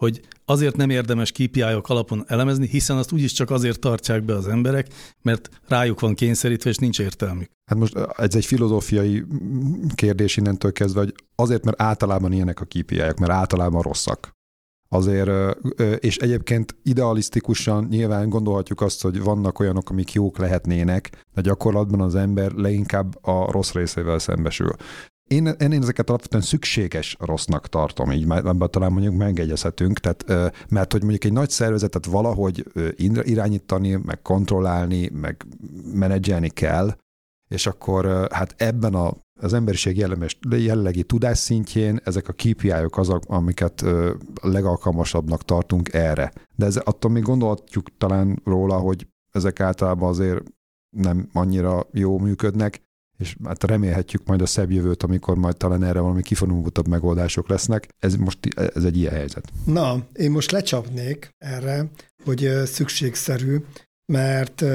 hogy azért nem érdemes ká pé í-ok alapon elemezni, hiszen azt úgyis csak azért tartják be az emberek, mert rájuk van kényszerítve, és nincs értelmük.
Hát most ez egy filozófiai kérdés innentől kezdve, hogy azért, mert általában ilyenek a ká pé í-ok, mert általában rosszak. Azért, és egyébként idealisztikusan nyilván gondolhatjuk azt, hogy vannak olyanok, amik jók lehetnének, de gyakorlatban az ember leginkább a rossz részével szembesül. Én, én ezeket alapvetően szükséges rossznak tartom, így ebben talán mondjuk megegyezhetünk, tehát, mert hogy mondjuk egy nagy szervezetet valahogy irányítani, meg kontrollálni, meg menedzselni kell, és akkor hát ebben a, az emberiség jellemes, jellegi tudásszintjén ezek a ká pé í-ok azok, amiket legalkalmasabbnak tartunk erre. De ez, attól még gondolhatjuk talán róla, hogy ezek általában azért nem annyira jó működnek, és hát remélhetjük majd a szebb jövőt, amikor majd talán erre valami kifinomultabb megoldások lesznek. Ez most ez egy ilyen helyzet.
Na, én most lecsapnék erre, hogy szükségszerű, mert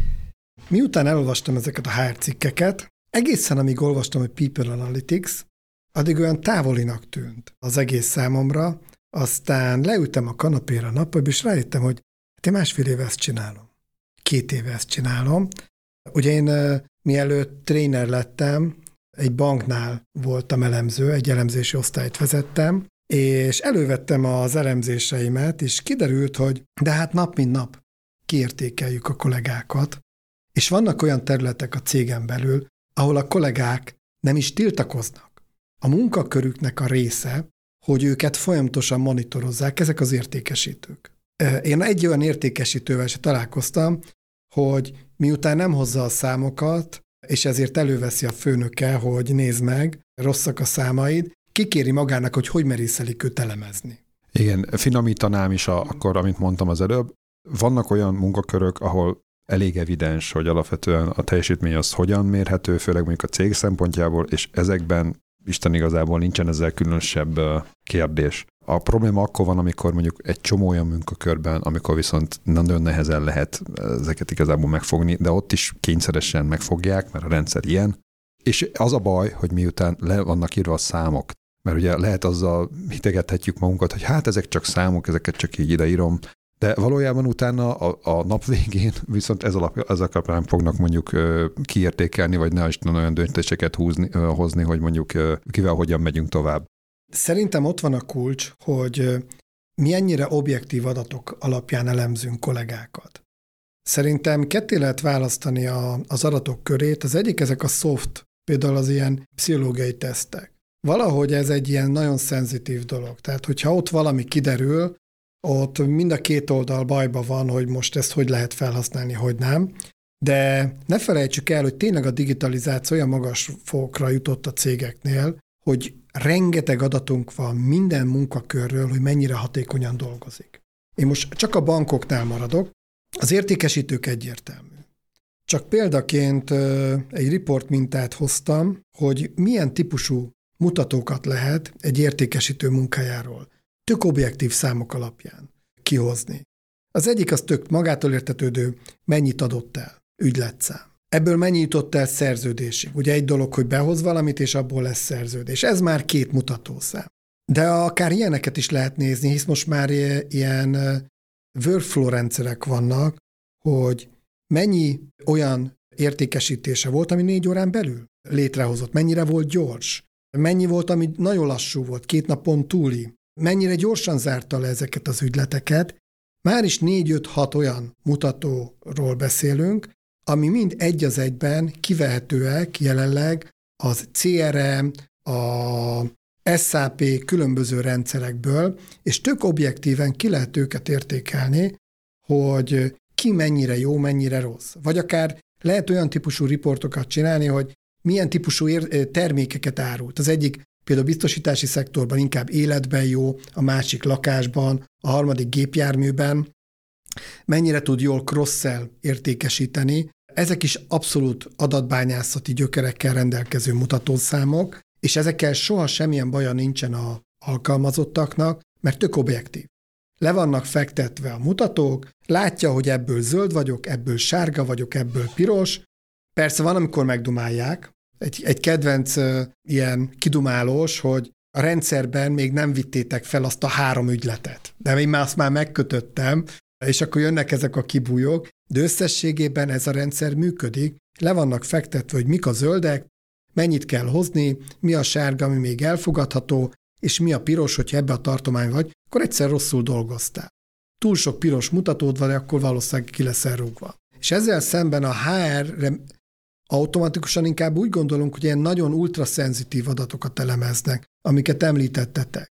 miután elolvastam ezeket a há er cikkeket, egészen amíg olvastam, hogy People Analytics, addig olyan távolinak tűnt az egész számomra, aztán leültem a kanapéra nappal, és rájöttem, hogy hát én másfél éve ezt csinálom. Két éve ezt csinálom. Ugye én mielőtt tréner lettem, egy banknál voltam elemző, egy elemzési osztályt vezettem, és elővettem az elemzéseimet, és kiderült, hogy de hát nap mint nap kiértékeljük a kollégákat, és vannak olyan területek a cégen belül, ahol a kollégák nem is tiltakoznak. A munkakörüknek a része, hogy őket folyamatosan monitorozzák, ezek az értékesítők. Én egy olyan értékesítővel se találkoztam, hogy miután nem hozza a számokat, és ezért előveszi a főnöke, hogy nézd meg, rosszak a számaid, kikéri magának, hogy hogy merészelik őt elemezni.
Igen, finomítanám is a, akkor, amit mondtam az előbb. Vannak olyan munkakörök, ahol elég evidens, hogy alapvetően a teljesítmény az hogyan mérhető, főleg mondjuk a cég szempontjából, és ezekben Isten igazából nincsen ezzel különösebb kérdés. A probléma akkor van, amikor mondjuk egy csomó olyan munkakörben, amikor viszont nagyon nehezen lehet ezeket igazából megfogni, de ott is kényszeresen megfogják, mert a rendszer ilyen. És az a baj, hogy miután le vannak írva a számok, mert ugye lehet azzal hitegethetjük magunkat, hogy hát ezek csak számok, ezeket csak így ideírom, de valójában utána a, a nap végén viszont ez alapján, ez alapján fognak mondjuk kiértékelni, vagy ne Isten olyan döntéseket húzni, hozni, hogy mondjuk kivel hogyan megyünk tovább.
Szerintem ott van a kulcs, hogy mi ennyire objektív adatok alapján elemzünk kollégákat. Szerintem ketté lehet választani a, az adatok körét. Az egyik ezek a soft, például az ilyen pszichológiai tesztek. Valahogy ez egy ilyen nagyon szenzitív dolog. Tehát, hogyha ott valami kiderül, ott mind a két oldal bajba van, hogy most ezt hogy lehet felhasználni, hogy nem. De ne felejtsük el, hogy tényleg a digitalizáció olyan magas fokra jutott a cégeknél, hogy rengeteg adatunk van minden munkakörről, hogy mennyire hatékonyan dolgozik. Én most csak a bankoknál maradok. Az értékesítők egyértelmű. Csak példaként egy riport mintát hoztam, hogy milyen típusú mutatókat lehet egy értékesítő munkájáról tök objektív számok alapján kihozni. Az egyik az tök magától értetődő, mennyit adott el, ügyletszám. Ebből mennyi jutott el szerződésig? Ugye egy dolog, hogy behoz valamit, és abból lesz szerződés. Ez már két mutatószám. De akár ilyeneket is lehet nézni, hisz most már ilyen workflow rendszerek vannak, hogy mennyi olyan értékesítése volt, ami négy órán belül létrehozott, mennyire volt gyors, mennyi volt, ami nagyon lassú volt, két napon túli, mennyire gyorsan zárta le ezeket az ügyleteket. Már is négy-öt-hat olyan mutatóról beszélünk, ami mind egy az egyben kivehetőek jelenleg az cé er em, a es á pé különböző rendszerekből, és tök objektíven ki lehet őket értékelni, hogy ki mennyire jó, mennyire rossz. Vagy akár lehet olyan típusú riportokat csinálni, hogy milyen típusú ér- termékeket árult. Az egyik például biztosítási szektorban inkább életben jó, a másik lakásban, a harmadik gépjárműben, mennyire tud jól cross-sell értékesíteni. Ezek is abszolút adatbányászati gyökerekkel rendelkező mutatószámok, és ezekkel soha semmilyen baja nincsen az alkalmazottaknak, mert tök objektív. Le vannak fektetve a mutatók, látja, hogy ebből zöld vagyok, ebből sárga vagyok, ebből piros. Persze van, amikor megdumálják. Egy, egy kedvenc uh, ilyen kidumálós, hogy a rendszerben még nem vittétek fel azt a három ügyletet. De én már azt már megkötöttem, és akkor jönnek ezek a kibújók, de összességében ez a rendszer működik, le vannak fektetve, hogy mik a zöldek, mennyit kell hozni, mi a sárga, ami még elfogadható, és mi a piros, hogyha ebbe a tartomány vagy, akkor egyszer rosszul dolgoztál. Túl sok piros mutatód van, akkor valószínűleg ki leszel rúgva. És ezzel szemben a há er-re automatikusan inkább úgy gondolunk, hogy ilyen nagyon ultraszenzitív adatokat elemeznek, amiket említettetek.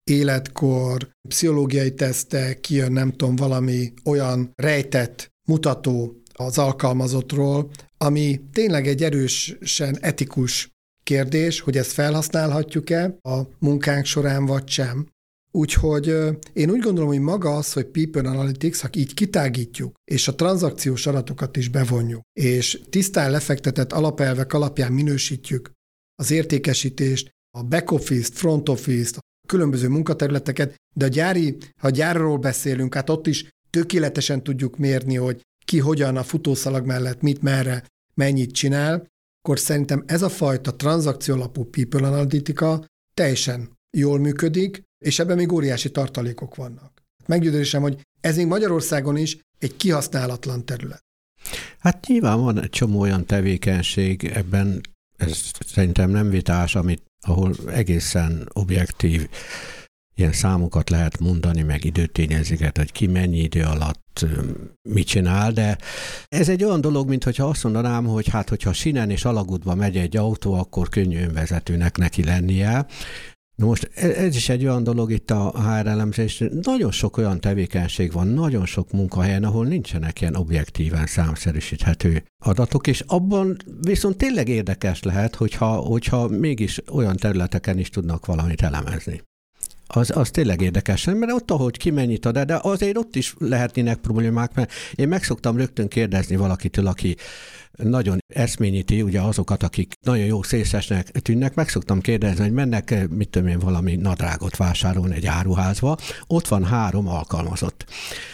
Életkor, pszichológiai tesztek, kijön nem tudom, valami olyan rejtett mutató az alkalmazottról, ami tényleg egy erősen etikus kérdés, hogy ezt felhasználhatjuk-e a munkánk során, vagy sem. Úgyhogy én úgy gondolom, hogy maga az, hogy People Analytics, ha így kitágítjuk, és a tranzakciós adatokat is bevonjuk, és tisztán lefektetett alapelvek alapján minősítjük az értékesítést, a back office-t, front office-t, a különböző munkaterületeket, de a gyári, ha gyárról beszélünk, hát ott is tökéletesen tudjuk mérni, hogy ki hogyan a futószalag mellett, mit, merre, mennyit csinál, akkor szerintem ez a fajta tranzakció alapú People Analytica teljesen jól működik, és ebben még óriási tartalékok vannak. Meggyőződésem, hogy ez még Magyarországon is egy kihasználatlan terület.
Hát nyilván van egy csomó olyan tevékenység, ebben ez szerintem nem vitás, amit, ahol egészen objektív ilyen számokat lehet mondani, meg időtényezőket, hogy ki mennyi idő alatt mit csinál, de ez egy olyan dolog, mint hogyha azt mondanám, hogy hát, hogyha sinen és alagútba megy egy autó, akkor könnyű önvezetőnek neki lennie. Na most ez is egy olyan dolog itt a há er elemzés, nagyon sok olyan tevékenység van, nagyon sok munkahelyen, ahol nincsenek ilyen objektíven számszerűsíthető adatok, és abban viszont tényleg érdekes lehet, hogyha, hogyha mégis olyan területeken is tudnak valamit elemezni. Az, az tényleg érdekes, mert ott, ahogy ki mennyit ad, de azért ott is lehetnének problémák, mert én meg szoktam rögtön kérdezni valakitől, aki nagyon eszményíti, ugye azokat, akik nagyon jó szélszesnek tűnnek, meg szoktam kérdezni, hogy mennek, mit tudom én, valami nadrágot vásárolni egy áruházba, ott van három alkalmazott.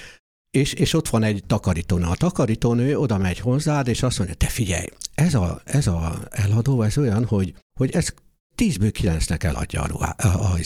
És, és ott van egy takarítónő. A takarítónő oda megy hozzád, és azt mondja, te figyelj, ez a, ez a eladó, ez olyan, hogy, hogy ez tízből kilencnek eladja a, ruhá, a, a,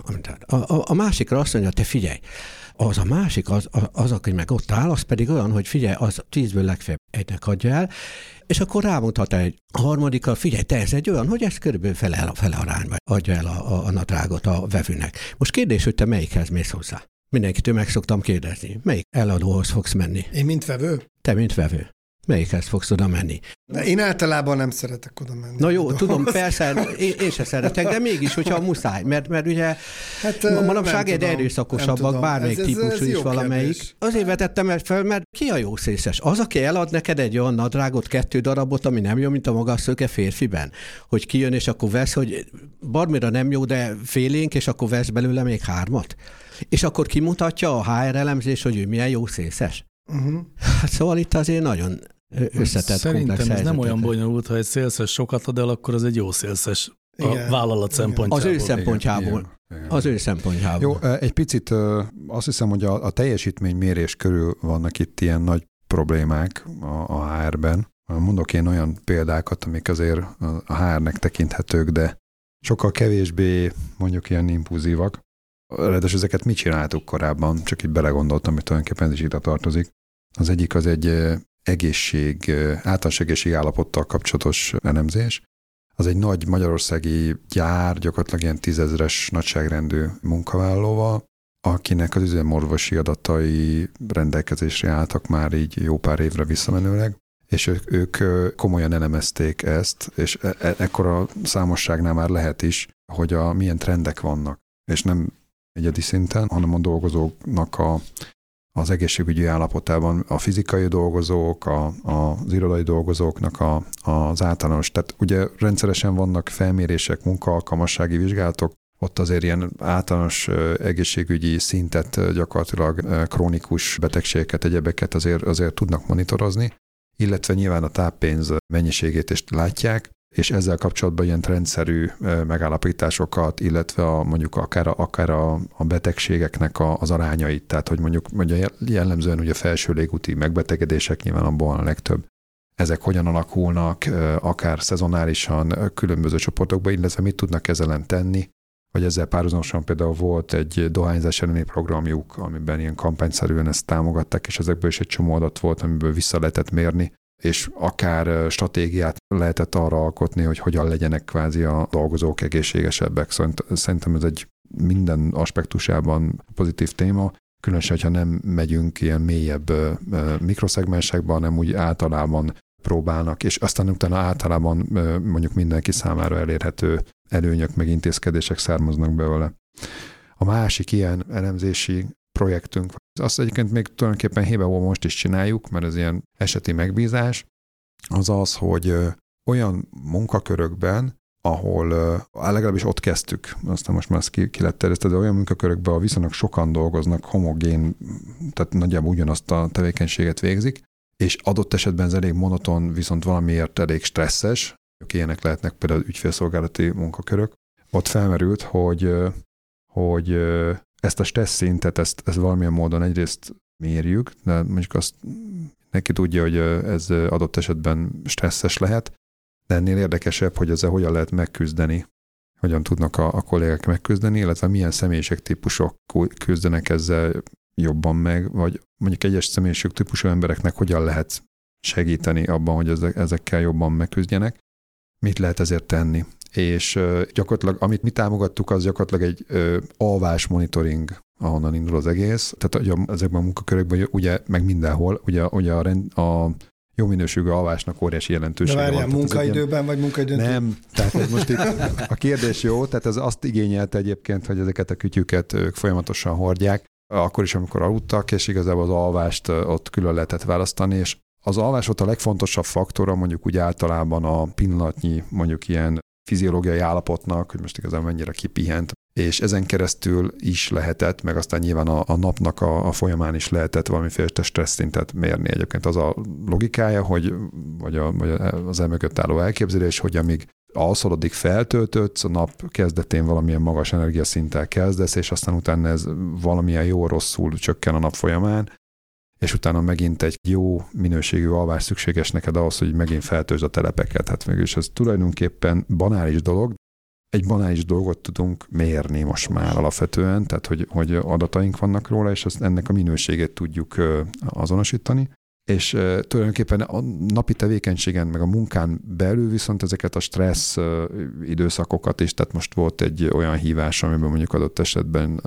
a, a, a másikra azt mondja, te figyelj, az a másik, az, az, aki meg ott áll, az pedig olyan, hogy figyelj, az tízből legfeljebb egynek adja el, és akkor rámutat egy harmadikra, figyelj, te ez egy olyan, hogy ez körülbelül fele, fele arányban adja el a, a, a nadrágot a vevőnek. Most kérdés, hogy te melyikhez mész hozzá? Mindenkitől meg szoktam kérdezni. Melyik eladóhoz fogsz menni?
Én mint vevő?
Te mint vevő. Melyikhez fogsz oda menni?
De én általában nem szeretek oda menni.
Na jó, tudom, persze, én, én se szeretek, de mégis, hogyha muszáj, mert, mert ugye hát, manapság egy erőszakosabbak, bármelyik ez, típusú ez, ez is valamelyik. Kérdés. Azért vetettem el fel, mert ki a jó szészes? Az, aki elad neked egy olyan nadrágot, kettő darabot, ami nem jó, mint a magas szőke férfiben, hogy kijön, és akkor vesz, hogy barmira nem jó, de félénk, és akkor vesz belőle még hármat. És akkor kimutatja a há er elemzés, hogy ő milyen jó szészes. Uh-huh. Hát szóval itt azért nagyon összetett,
szerintem
komplex
ez nem olyan bonyolult, ha egy szélszes sokat ad el, akkor az egy jó szélszes a igen, vállalat igen. szempontjából.
Az ő szempontjából. Igen, igen. Az ő szempontjából.
Jó, egy picit azt hiszem, hogy a, a teljesítménymérés körül vannak itt ilyen nagy problémák a, a há er-ben. Mondok én olyan példákat, amik azért a há er-nek tekinthetők, de sokkal kevésbé mondjuk ilyen impulzívak. Ráadásul ezeket mi csináltuk korábban, csak így belegondoltam, hogy tulajdonképpen ez is ide tartozik. Az egyik az egy egészség, általános egészség állapottal kapcsolatos elemzés. Az egy nagy magyarországi gyár, gyakorlatilag ilyen tízezres nagyságrendű munkavállalóval, akinek az üzemorvosi adatai rendelkezésre álltak már így jó pár évre visszamenőleg, és ők, ők komolyan elemezték ezt, és e- ekkora számosságnál már lehet is, hogy a milyen trendek vannak, és nem egyedi szinten, hanem a dolgozóknak a, az egészségügyi állapotában a fizikai dolgozók, a, a, az irodai dolgozóknak a, az általános, tehát ugye rendszeresen vannak felmérések, munkaalkalmassági vizsgálatok, ott azért ilyen általános egészségügyi szintet, gyakorlatilag krónikus betegségeket, egyebeket azért, azért tudnak monitorozni, illetve nyilván a táppénz mennyiségét is látják, és ezzel kapcsolatban ilyen rendszerű megállapításokat, illetve a, mondjuk akár, a, akár a, a betegségeknek a, az arányait, tehát hogy mondjuk, mondjuk jellemzően ugye felső légúti megbetegedések nyilván abban van a legtöbb. Ezek hogyan alakulnak, akár szezonálisan különböző csoportokban, illetve mit tudnak ezzel ellen tenni, vagy ezzel párhuzamosan például volt egy dohányzás elleni programjuk, amiben ilyen kampányszerűen ezt támogatták, és ezekből is egy csomó adat volt, amiből vissza lehetett mérni, és akár stratégiát lehetett arra alkotni, hogy hogyan legyenek kvázi a dolgozók egészségesebbek. Szóval szerintem ez egy minden aspektusában pozitív téma, különösen, hogyha nem megyünk ilyen mélyebb mikroszegmensekbe, hanem úgy általában próbálnak, és aztán utána általában mondjuk mindenki számára elérhető előnyök meg intézkedések származnak belőle. A másik ilyen elemzési projektünk, azt egyébként még tulajdonképpen hébe-hóba most is csináljuk, mert ez ilyen eseti megbízás, az az, hogy olyan munkakörökben, ahol legalábbis ott kezdtük, aztán most már ezt ki, ki lett terjesztve, de olyan munkakörökben, ahol viszonylag sokan dolgoznak, homogén, tehát nagyjából ugyanazt a tevékenységet végzik, és adott esetben ez elég monoton, viszont valamiért elég stresszes, ilyenek lehetnek például ügyfélszolgálati munkakörök. Ott felmerült, hogy, hogy ezt a stressz szintet, ezt, ezt valamilyen módon egyrészt mérjük, de mondjuk azt neki tudja, hogy ez adott esetben stresszes lehet, de ennél érdekesebb, hogy ezzel hogyan lehet megküzdeni, hogyan tudnak a, a kollégák megküzdeni, illetve milyen személyiségtípusok küzdenek ezzel jobban meg, vagy mondjuk egyes személyiségtípusú embereknek hogyan lehet segíteni abban, hogy ezek, ezekkel jobban megküzdjenek. Mit lehet ezért tenni? És uh, gyakorlatilag, amit mi támogattuk, az gyakorlatilag egy uh, alvás monitoring, ahonnan indul az egész. Tehát ugye, ezekben a munkakörökben ugye, meg mindenhol, ugye, ugye a, rend, a jó minőségű alvásnak óriási jelentősége
van. De
várjál,
munkaidőben ilyen... vagy munkaidőn?
Nem, tehát ez most itt a kérdés jó, tehát ez azt igényelte egyébként, hogy ezeket a kütyüket ők folyamatosan hordják, akkor is, amikor aludtak, és igazából az alvást ott külön lehetett választani, és az alvás volt a legfontosabb faktora mondjuk úgy általában a pillanatnyi mondjuk ilyen fiziológiai állapotnak, hogy most igazából mennyire kipihent, és ezen keresztül is lehetett, meg aztán nyilván a, a napnak a, a folyamán is lehetett valamiféle stressz szintet mérni. Egyébként az a logikája, hogy, vagy, a, vagy az emögött álló elképzelés, hogy amíg alszol, addig feltöltődsz, a nap kezdetén valamilyen magas energiaszinttel kezdesz, és aztán utána ez valamilyen jó-rosszul csökken a nap folyamán, és utána megint egy jó minőségű alvás szükséges neked ahhoz, hogy megint feltöltsd a telepeket. Hát mégis ez tulajdonképpen banális dolog. Egy banális dolgot tudunk mérni most már alapvetően, tehát hogy, hogy adataink vannak róla, és azt, ennek a minőségét tudjuk azonosítani. És tulajdonképpen a napi tevékenységen, meg a munkán belül viszont ezeket a stressz időszakokat is, tehát most volt egy olyan hívás, amiben mondjuk adott esetben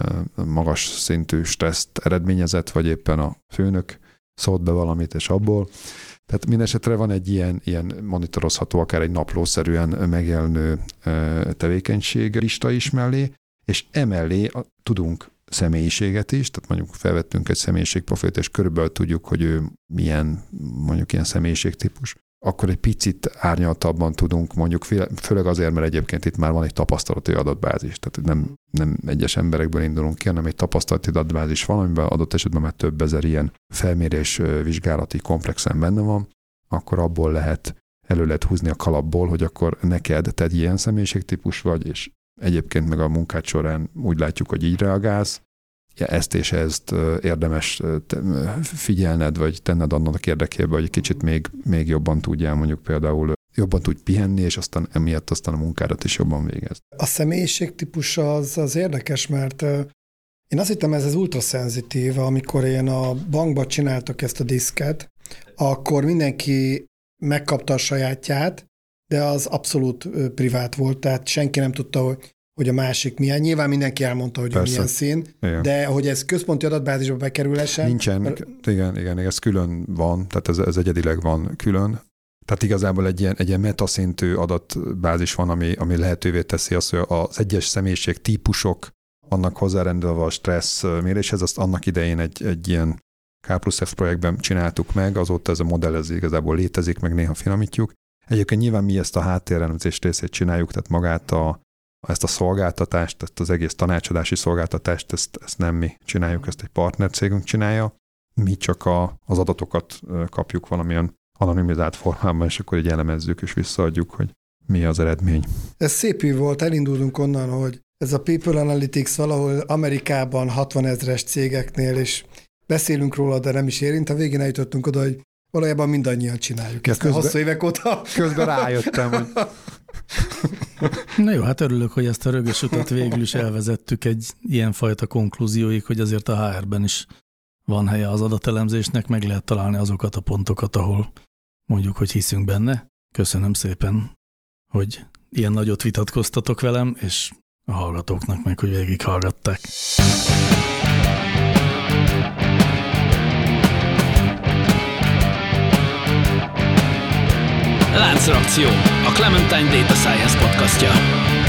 magas szintű stresszt eredményezett, vagy éppen a főnök szólt be valamit, és abból. Tehát mindesetre van egy ilyen, ilyen monitorozható, akár egy naplószerűen megjelenő tevékenység lista is mellé, és emellé tudunk személyiséget is, tehát mondjuk felvettünk egy személyiségprofilt, és körülbelül tudjuk, hogy ő milyen, mondjuk ilyen személyiségtípus, akkor egy picit árnyaltabban tudunk, mondjuk főleg azért, mert egyébként itt már van egy tapasztalati adatbázis, tehát nem, nem egyes emberekből indulunk ki, hanem egy tapasztalati adatbázis van, amiben adott esetben már több ezer ilyen felmérés vizsgálati komplexen benne van, akkor abból lehet, elő lehet húzni a kalapból, hogy akkor neked te egy ilyen személyiségtípus vagy, és egyébként meg a munkád során úgy látjuk, hogy így reagálsz, ezt és ezt érdemes figyelned, vagy tenned annak érdekében, hogy kicsit még, még jobban tudjál mondjuk például jobban tudj pihenni, és aztán emiatt aztán a munkádat is jobban végez.
A személyiségtípus az, az érdekes, mert én azt hittem, ez az ultraszenzitív, amikor én a bankban csináltak ezt a diszket, akkor mindenki megkapta a sajátját, de az abszolút privát volt, tehát senki nem tudta, hogy, hogy a másik milyen. Nyilván mindenki elmondta, hogy milyen szín, igen. De hogy ez központi adatbázisba bekerülhessen.
Nincsen, mert... igen, igen, ez külön van, tehát ez, ez egyedileg van külön. Tehát igazából egy ilyen, egy ilyen metaszintű adatbázis van, ami, ami lehetővé teszi azt, hogy az egyes személyiség típusok vannak hozzárendelve a stressz méréshez, azt annak idején egy, egy ilyen K plusz F projektben csináltuk meg, azóta ez a modell ez igazából létezik, meg néha finomítjuk. Egyébként nyilván mi ezt a háttérelemzés részét csináljuk, tehát magát a, ezt a szolgáltatást, ezt az egész tanácsadási szolgáltatást, ezt, ezt nem mi csináljuk, ezt egy partnercégünk csinálja. Mi csak a, az adatokat kapjuk valamilyen anonimizált formában, és akkor így elemezzük és visszaadjuk, hogy mi az eredmény.
Ez szép volt, elindulunk onnan, hogy ez a People Analytics valahol Amerikában hatvanezres cégeknél, és beszélünk róla, de nem is érint. A végén eljutottunk oda, hogy valójában mindannyian csináljuk. Ezt közben, hosszú évek óta.
Közben rájöttem, hogy
Na jó, hát örülök, hogy ezt a rögös utat végül is elvezettük egy ilyenfajta konklúzióig, hogy azért a há er-ben is van helye az adatelemzésnek, meg lehet találni azokat a pontokat, ahol mondjuk, hogy hiszünk benne. Köszönöm szépen, hogy ilyen nagyot vitatkoztatok velem, és a hallgatóknak meg, hogy végighallgatták.
Láncreakció, a Clementine Data Science podcastja.